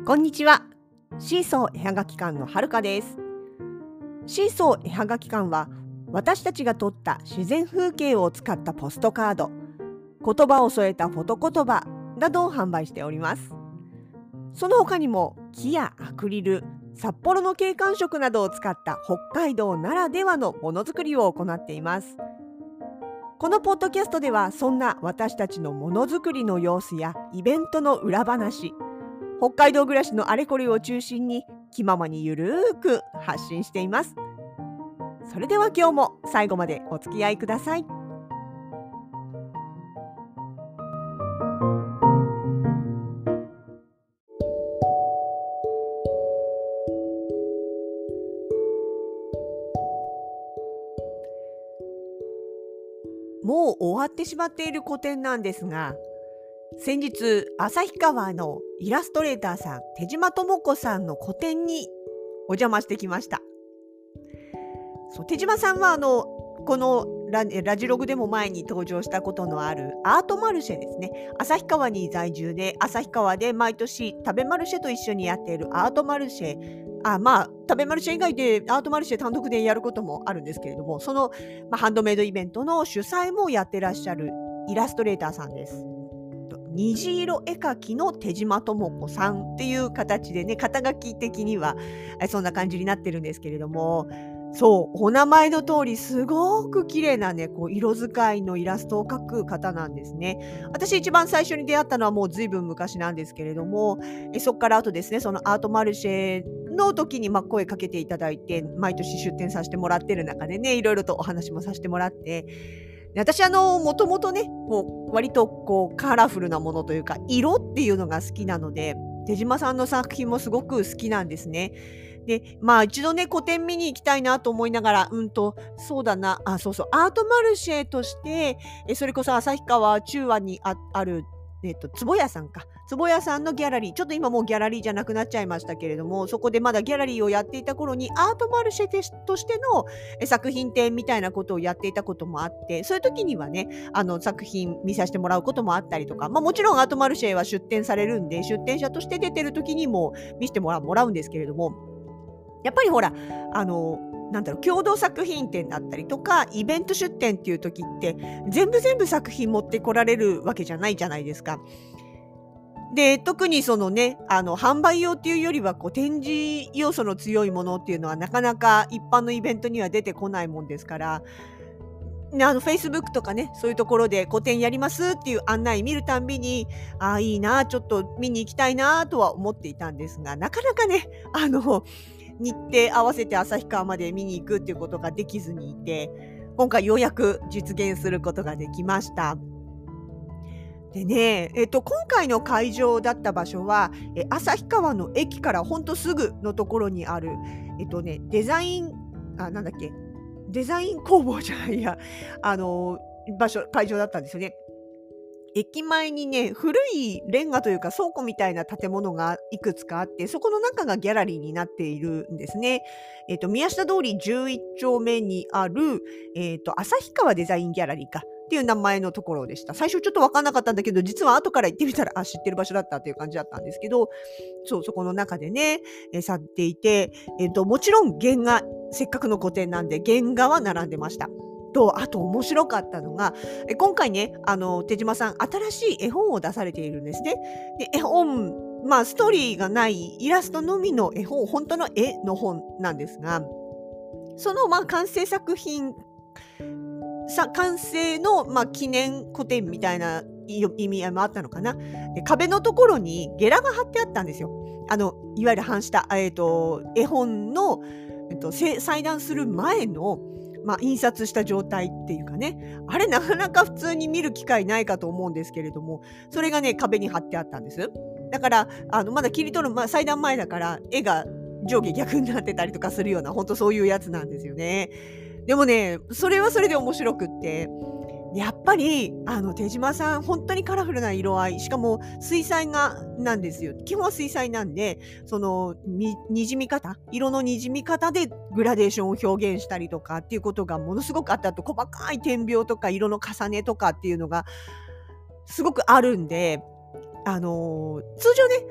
こんにちは。シーソー絵はがき館のはるかです。シーソー絵はがき館は、私たちが撮った自然風景を使ったポストカード、言葉を添えたフォト言葉などを販売しております。その他にも木やアクリル、札幌の景観色などを使った北海道ならではのものづくりを行っています。このポッドキャストでは、そんな私たちのものづくりの様子やイベントの裏話、北海道暮らしのあれこれを中心に気ままにゆるーく発信しています。それでは今日も最後までお付き合いください。もう終わってしまっている個展なんですが、先日旭川のイラストレーターさん手島智子さんの個展にお邪魔してきました。手島さんはこのラジログでも前に登場したことのあるアートマルシェですね。旭川に在住で、旭川で毎年食べマルシェと一緒にやっているアートマルシェ、食べマルシェ以外でアートマルシェ単独でやることもあるんですけれども、その、ハンドメイドイベントの主催もやってらっしゃるイラストレーターさんです。虹色絵描きの手島智子さんっていう形でね、肩書き的にはそんな感じになってるんですけれども、お名前の通りすごく綺麗なね、色使いのイラストを描く方なんですね。私一番最初に出会ったのはもう随分昔なんですけれども、そこからあとですね、そのアートマルシェの時に声かけていただいて、毎年出展させてもらってる中でね、いろいろとお話もさせてもらって、で私もともとね、割とカラフルなものというか、色っていうのが好きなので、手島さんの作品もすごく好きなんですね。で、一度ね、個展見に行きたいなと思いながら、そうだな、そうそう、アートマルシェとして、それこそ旭川中和にある、坪屋さんか。坪屋さんのギャラリー、ちょっと今もうギャラリーじゃなくなっちゃいましたけれども、そこでまだギャラリーをやっていた頃に、アートマルシェとしての作品展みたいなことをやっていたこともあって、そういう時にはね、作品見させてもらうこともあったりとか、もちろんアートマルシェは出展されるんで、出展者として出てる時にも見せてもらうんですけれども、やっぱりほら、共同作品展だったりとか、イベント出展っていう時って、全部作品持ってこられるわけじゃないじゃないですか。で、特にそのね、販売用っていうよりは、展示要素の強いものっていうのはなかなか一般のイベントには出てこないもんですから、ね、Facebook とかね、そういうところで個展やりますっていう案内見るたんびに、いいな、ちょっと見に行きたいなとは思っていたんですが、なかなかね、日程合わせて旭川まで見に行くっていうことができずにいて、今回ようやく実現することができました。でね、今回の会場だった場所は、旭川の駅からほんとすぐのところにある、デザインなんだっけ、デザイン工房じゃないや、会場だったんですよね。駅前にね、古いレンガというか倉庫みたいな建物がいくつかあって、そこの中がギャラリーになっているんですね。宮下通り11丁目にある、旭川デザインギャラリーかっていう名前のところでした。最初ちょっと分かんなかったんだけど、実は後から行ってみたら、知ってる場所だったっていう感じだったんですけど、そこの中でね、去っていて、もちろん原画、せっかくの個展なんで原画は並んでました。あと面白かったのが、今回ね、手島さん、新しい絵本を出されているんですね。で、絵本、ストーリーがないイラストのみの絵本、本当の絵の本なんですが、その、完成作品、完成の、記念個展みたいな意味合いもあったのかな。で、壁のところにゲラが貼ってあったんですよ。いわゆる版した、絵本の、裁断する前の印刷した状態っていうかね、あれなかなか普通に見る機会ないかと思うんですけれども、それがね、壁に貼ってあったんです。だから、まだ切り取る、裁断前だから、絵が上下逆になってたりとかするような、ほんとそういうやつなんですよね。でもね、それはそれで面白くって、やっぱり、手島さん、本当にカラフルな色合い、しかも水彩画なんですよ。基本は水彩なんで、その、滲み方、色の滲み方でグラデーションを表現したりとかっていうことがものすごくあって、あと細かい点描とか色の重ねとかっていうのがすごくあるんで、通常ね、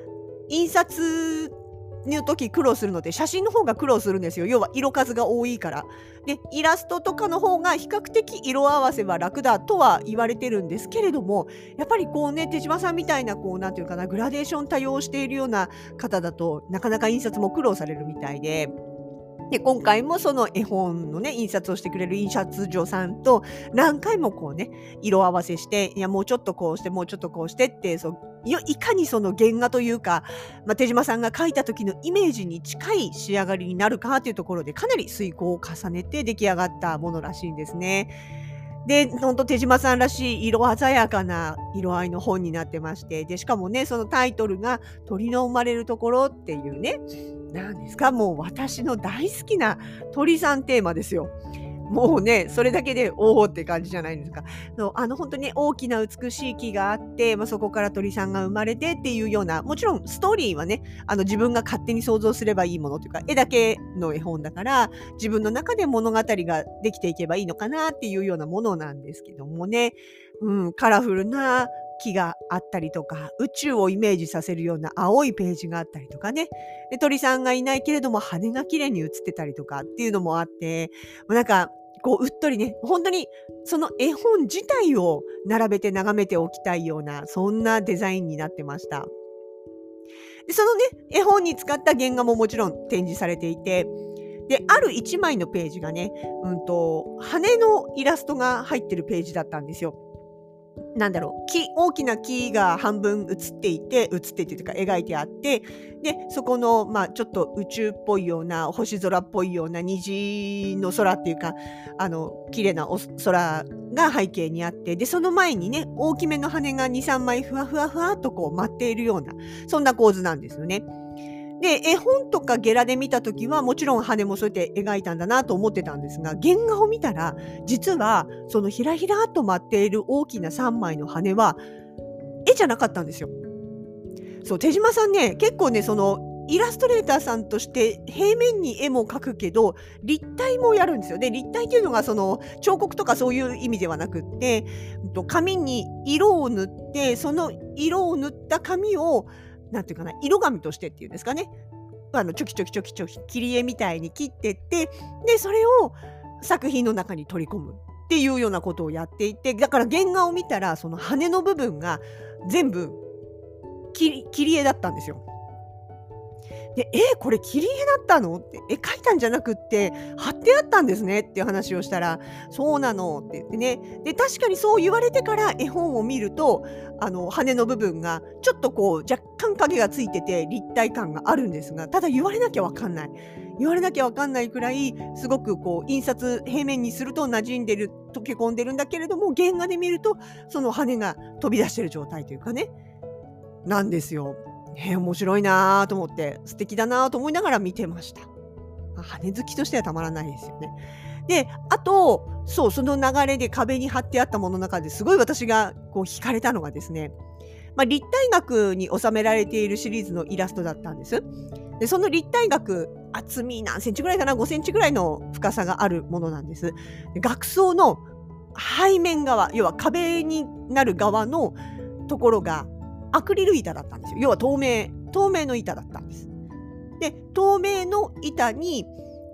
印刷の時苦労するので写真の方が苦労するんですよ。要は色数が多いから。でイラストとかの方が比較的色合わせは楽だとは言われてるんですけれども、やっぱりこうね、手島さんみたいななんていうかな、グラデーション多用しているような方だとなかなか印刷も苦労されるみたいで。で今回もその絵本のね印刷をしてくれる印刷所さんと何回も色合わせして、いやもうちょっとこうしてもうちょっとこうしてって、いかにその原画というか、手島さんが描いた時のイメージに近い仕上がりになるかというところでかなり推敲を重ねて出来上がったものらしいんですね。で、ほんと手島さんらしい色鮮やかな色合いの本になってまして、でしかもねそのタイトルが鳥の生まれるところっていうね、なんですか、もう私の大好きな鳥さんテーマですよ。もうね、それだけで、おおって感じじゃないですか。本当にね、大きな美しい木があって、そこから鳥さんが生まれてっていうような、もちろんストーリーはね、自分が勝手に想像すればいいものというか、絵だけの絵本だから、自分の中で物語ができていけばいいのかなっていうようなものなんですけどもね。カラフルな木があったりとか、宇宙をイメージさせるような青いページがあったりとかね。で、鳥さんがいないけれども羽が綺麗に映ってたりとかっていうのもあって、なんか、うっとりね、本当にその絵本自体を並べて眺めておきたいような、そんなデザインになってました。で、そのね、絵本に使った原画ももちろん展示されていて、で、ある一枚のページがね、羽のイラストが入ってるページだったんですよ。なんだろう、大きな木が半分写っていてというか描いてあって、で、そこの、ちょっと宇宙っぽいような、星空っぽいような虹の空っていうか、綺麗な空が背景にあって、で、その前にね、大きめの羽が2、3枚ふわふわふわっと舞っているような、そんな構図なんですよね。で、絵本とかゲラで見たときは、もちろん羽もそうやって描いたんだなと思ってたんですが、原画を見たら、実は、そのひらひらっと舞っている大きな3枚の羽は、絵じゃなかったんですよ。そう、手島さんね、結構ね、イラストレーターさんとして平面に絵も描くけど、立体もやるんですよ。で、立体っていうのが彫刻とかそういう意味ではなくって、紙に色を塗って、その色を塗った紙をなんていうかな、色紙としてっていうんですかね。チョキチョキチョキチョキ切り絵みたいに切ってって、で、それを作品の中に取り込むっていうようなことをやっていて、だから原画を見たら、その羽の部分が全部切り絵だったんですよ。で、これ切り絵だったのって、描いたんじゃなくって、貼ってあったんですねっていう話をしたら、そうなのって言ってね。で、確かにそう言われてから絵本を見ると、羽の部分がちょっと若干影がついてて立体感があるんですが、ただ言われなきゃわかんない。言われなきゃわかんないくらい、すごく印刷平面にすると馴染んでる、溶け込んでるんだけれども、原画で見ると、その羽が飛び出してる状態というかね、なんですよ。面白いなと思って、素敵だなと思いながら見てました。羽好きとしてはたまらないですよね。で、あと、その流れで壁に貼ってあったものの中ですごい私が惹かれたのがですね、立体額に収められているシリーズのイラストだったんです。で、その立体額、厚み何センチぐらいかな、5センチぐらいの深さがあるものなんです。で、額装の背面側、要は壁になる側のところがアクリル板だったんですよ。要は透明の板だったんです。で、透明の板に、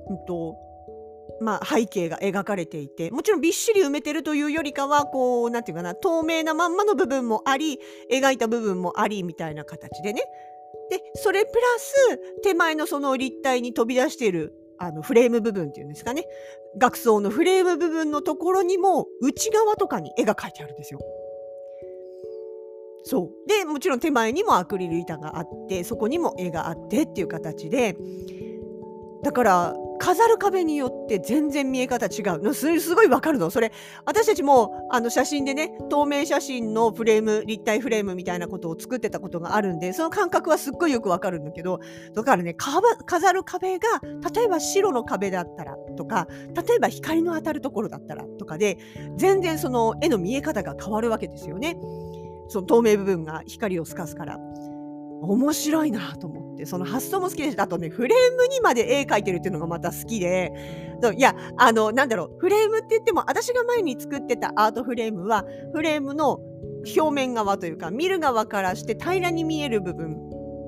背景が描かれていて、もちろんびっしり埋めてるというよりかは、なんていうかな、透明なまんまの部分もあり、描いた部分もありみたいな形でね。で、それプラス、手前のその立体に飛び出している、フレーム部分っていうんですかね。額装のフレーム部分のところにも、内側とかに絵が描いてあるんですよ。そう。で、もちろん手前にもアクリル板があって、そこにも絵があってっていう形で、だから飾る壁によって全然見え方違うの。すごいわかるの。それ、私たちも写真でね、透明写真のフレーム、立体フレームみたいなことを作ってたことがあるんで、その感覚はすっごいよくわかるんだけど、だからね、飾る壁が、例えば白の壁だったらとか、例えば光の当たるところだったらとかで、全然その絵の見え方が変わるわけですよね。その透明部分が光を透かすから。面白いなと思って、その発想も好きです。あとね、フレームにまで絵描いてるっていうのがまた好きで、いや、なんだろう、フレームって言っても、私が前に作ってたアートフレームは、フレームの表面側というか、見る側からして平らに見える部分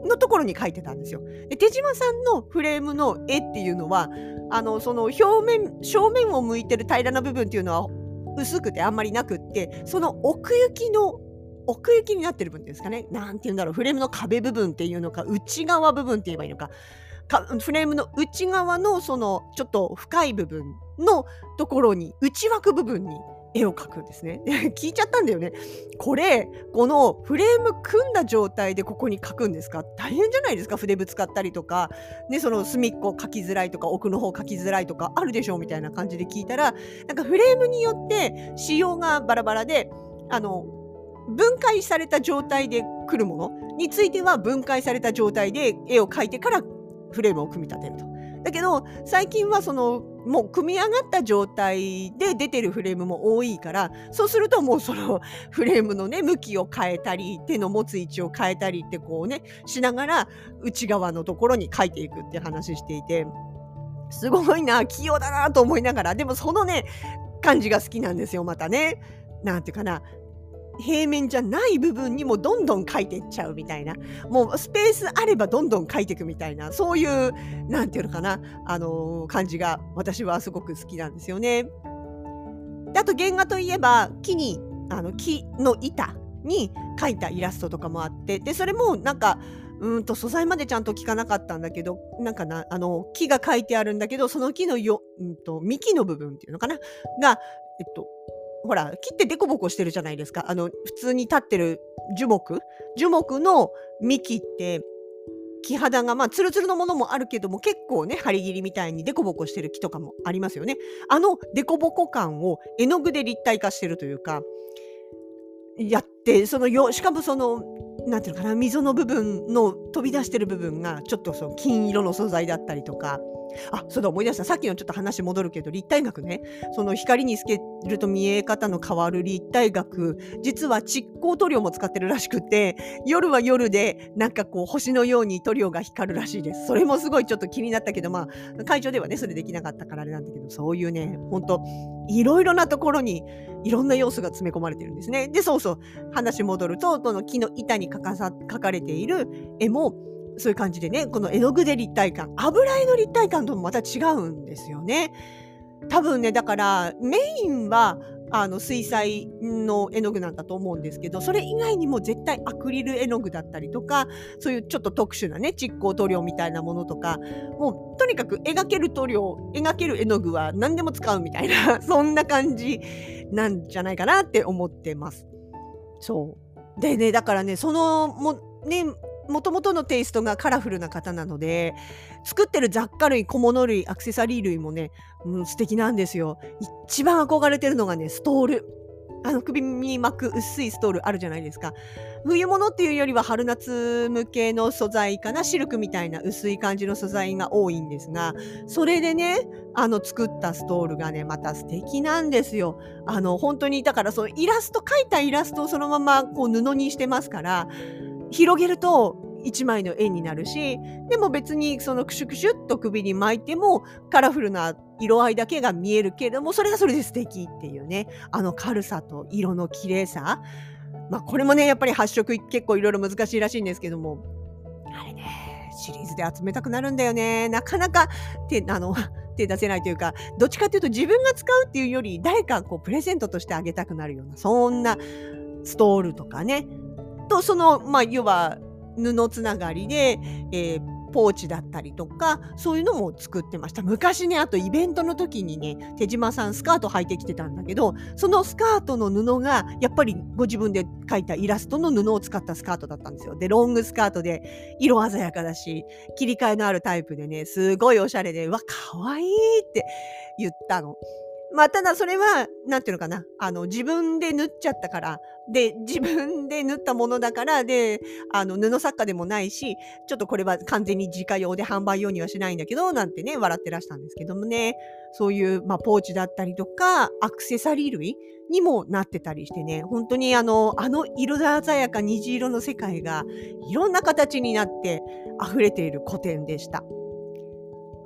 のところに描いてたんですよ。で手島さんのフレームの絵っていうのはその正面を向いてる平らな部分っていうのは薄くてあんまりなくって、その奥行きになってる部分ですかね。なんて言うんだろう、フレームの壁部分っていうのか、内側部分って言えばいいのか、フレームの内側のそのちょっと深い部分のところに、内枠部分に絵を描くんですね。で、聞いちゃったんだよね。このフレーム組んだ状態でここに描くんですか？大変じゃないですか？筆ぶつかったりとか、ね、その隅っこ描きづらいとか、奥の方描きづらいとかあるでしょみたいな感じで聞いたら、なんかフレームによって仕様がバラバラで、分解された状態で来るものについては分解された状態で絵を描いてからフレームを組み立てると。だけど最近はもう組み上がった状態で出てるフレームも多いから、そうするともうそのフレームのね向きを変えたり、手の持つ位置を変えたりってこうねしながら内側のところに描いていくって話していて、すごいな、器用だなと思いながら、でもそのね感じが好きなんですよ。またね、なんていうかな、平面じゃない部分にもどんどん描いていっちゃうみたいな、もうスペースあればどんどん描いていくみたいな、そういうなんていうのかな、感じが私はすごく好きなんですよね。であと原画といえば木の板に描いたイラストとかもあって、でそれもなんか素材までちゃんと聞かなかったんだけど、なんかな木が描いてあるんだけど、その木の幹の部分っていうのかながほら、木ってデコボコしてるじゃないですか。普通に立ってる樹木の幹って木肌がツルツルのものもあるけども、結構ね張り切りみたいにデコボコしてる木とかもありますよね。デコボコ感を絵の具で立体化してるというか、やって、しかもなんていうのかな、溝の部分の飛び出してる部分がちょっと金色の素材だったりとか、そうだ思い出した。さっきのちょっと話戻るけど、立体学ね。光に透けると見え方の変わる立体学、実は蓄光塗料も使ってるらしくて、夜は夜でなんかこう星のように塗料が光るらしいです。それもすごいちょっと気になったけど、会場ではねそれできなかったからあれなんだけど、そういうね、ほんといろいろなところにいろんな要素が詰め込まれてるんですね。で、話戻ると、この木の板に描かれている絵もそういう感じでね、この絵の具で立体感、油絵の立体感ともまた違うんですよね。多分ね、だからメインは水彩の絵の具なんだと思うんですけど、それ以外にも絶対アクリル絵の具だったりとか、そういうちょっと特殊なね蓄光塗料みたいなものとか、もうとにかく描ける絵の具は何でも使うみたいなそんな感じなんじゃないかなって思ってます。そうでね、だからね、もともとのテイストがカラフルな方なので、作ってる雑貨類、小物類、アクセサリー類もね、素敵なんですよ。一番憧れてるのがね、ストール。首に巻く薄いストールあるじゃないですか。冬物っていうよりは春夏向けの素材かな、シルクみたいな薄い感じの素材が多いんですが、それでね、作ったストールがね、また素敵なんですよ。本当にだから描いたイラストをそのままこう布にしてますから、広げると一枚の絵になるし、でも別にクシュクシュっと首に巻いてもカラフルな色合いだけが見えるけれども、それがそれで素敵っていうね、軽さと色の綺麗さ。これもね、やっぱり発色結構いろいろ難しいらしいんですけども、あれね、シリーズで集めたくなるんだよね。なかなか手出せないというか、どっちかというと自分が使うっていうより、誰かこうプレゼントとしてあげたくなるような、そんなストールとかね。と要は布つながりで、ポーチだったりとか、そういうのも作ってました。昔ね、あとイベントの時にね、手島さんスカート履いてきてたんだけど、そのスカートの布がやっぱりご自分で描いたイラストの布を使ったスカートだったんですよ。で、ロングスカートで色鮮やかだし、切り替えのあるタイプでね、すごいおしゃれで、可愛いって言ったの。ただそれは、なんていうのかな、自分で縫っちゃったから、で、自分で縫ったものだから、で、布作家でもないし、ちょっとこれは完全に自家用で販売用にはしないんだけど、なんてね、笑ってらしたんですけどもね、そういう、ポーチだったりとか、アクセサリー類にもなってたりしてね、本当に色鮮やか虹色の世界が、いろんな形になって溢れている個展でした。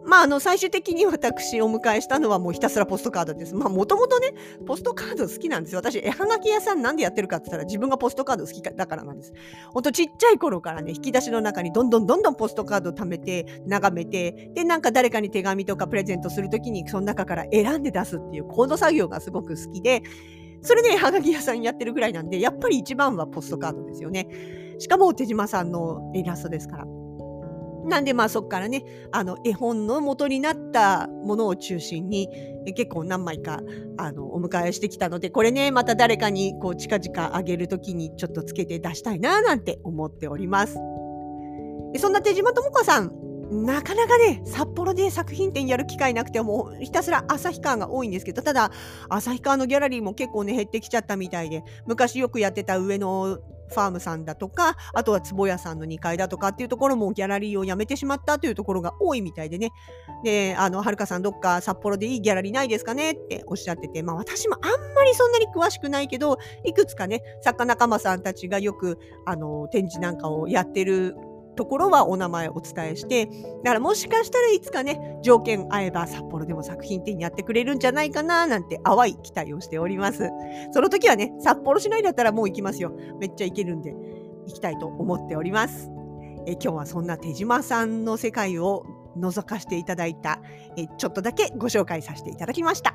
最終的に私お迎えしたのはもうひたすらポストカードです。もともとね、ポストカード好きなんですよ。私、絵はがき屋さんなんでやってるかって言ったら自分がポストカード好きだからなんです。ほんとちっちゃい頃からね、引き出しの中にどんどんポストカードを貯めて、眺めて、で、なんか誰かに手紙とかプレゼントするときにその中から選んで出すっていうコード作業がすごく好きで、それで絵はがき屋さんやってるぐらいなんで、やっぱり一番はポストカードですよね。しかも手島さんのイラストですから。なんでそっからね、絵本の元になったものを中心に、結構何枚か、お迎えしてきたので、これね、また誰かにこう近々あげるときにちょっとつけて出したいななんて思っております。そんな手島智子さん、なかなかね、札幌で作品展やる機会なくても、ひたすら旭川が多いんですけど、ただ、旭川のギャラリーも結構ね、減ってきちゃったみたいで、昔よくやってた上野ファームさんだとか、あとは坪屋さんの2階だとかっていうところもギャラリーをやめてしまったというところが多いみたいでね。で、はるかさんどっか札幌でいいギャラリーないですかねっておっしゃってて、私もあんまりそんなに詳しくないけど、いくつかね、作家仲間さんたちがよく、展示なんかをやってるところはお名前をお伝えして、だからもしかしたらいつかね、条件合えば札幌でも作品展やってくれるんじゃないかななんて淡い期待をしております。その時はね、札幌市内だったらもう行きますよ。めっちゃ行けるんで行きたいと思っております。今日はそんな手島さんの世界を覗かせていただいた、ちょっとだけご紹介させていただきました。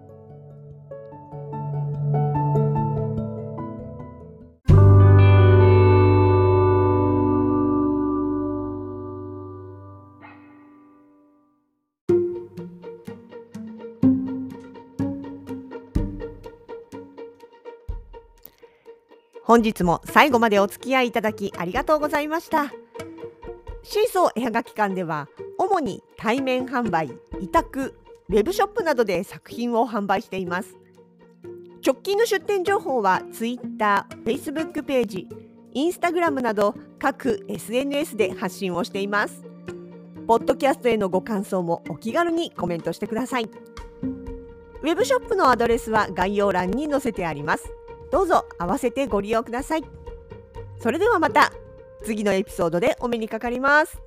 本日も最後までお付き合いいただきありがとうございました。シーソー絵はがき館では主に対面販売、委託、ウェブショップなどで作品を販売しています。直近の出店情報は Twitter、Facebook ページ、Instagram など各 SNS で発信をしています。ポッドキャストへのご感想もお気軽にコメントしてください。ウェブショップのアドレスは概要欄に載せてあります。どうぞ合わせてご利用ください。それではまた次のエピソードでお目にかかります。